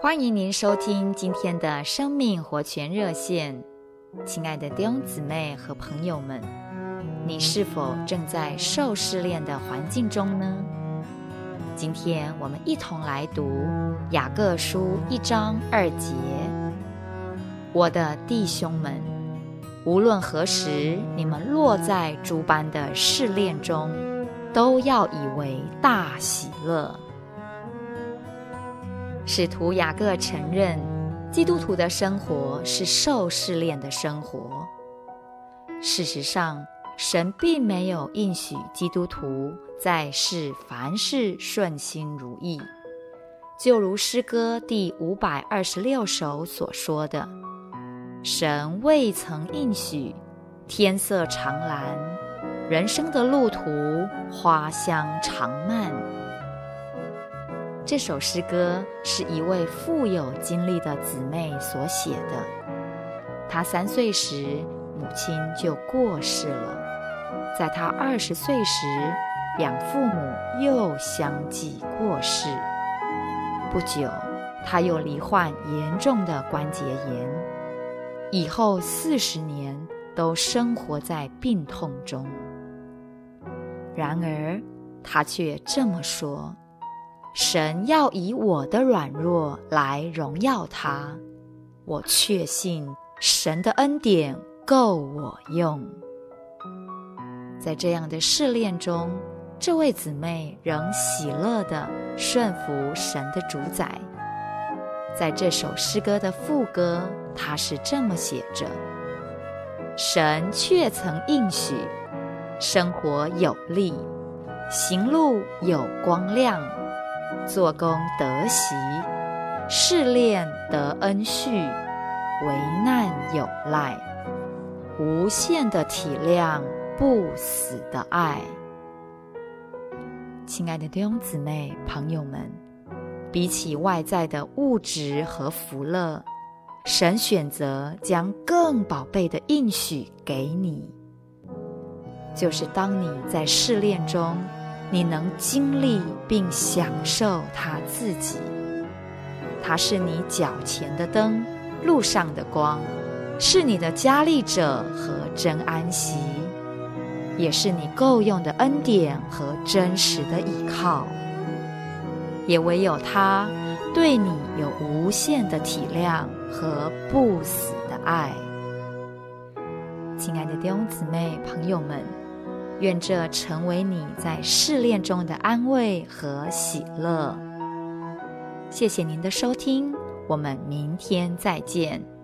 欢迎您收听今天的生命活泉热线。亲爱的弟兄姊妹和朋友们，你是否正在受试炼的环境中呢？今天我们一同来读雅各书1章2节。我的弟兄们，无论何时你们落在诸般的试炼中，都要以为大喜乐。使徒雅各承认，基督徒的生活是受试炼的生活。事实上，神并没有应许基督徒在世凡事顺心如意，就如诗歌第526首所说的，神未曾应许天色常蓝，人生的路途花香常漫。这首诗歌是一位富有经历的姊妹所写的。她3岁时，母亲就过世了。在她20岁时，两父母又相继过世。不久，她又罹患严重的关节炎，以后40年都生活在病痛中。然而，她却这么说，神要以我的软弱来荣耀他，我确信神的恩典够我用。在这样的试炼中，这位姊妹仍喜乐地顺服神的主宰。在这首诗歌的副歌，她是这么写着：神却曾应许，生活有力，行路有光亮，做工得喜，试炼得恩续，危难有赖，无限的体谅，不死的爱。亲爱的弟兄姊妹朋友们，比起外在的物质和福乐，神选择将更宝贝的应许给你，就是当你在试炼中，你能经历并享受他自己。他是你脚前的灯，路上的光，是你的加力者和真安息，也是你够用的恩典和真实的依靠。也唯有他对你有无限的体谅和不死的爱。亲爱的弟兄姊妹朋友们，愿这成为你在试炼中的安慰和喜乐。谢谢您的收听，我们明天再见。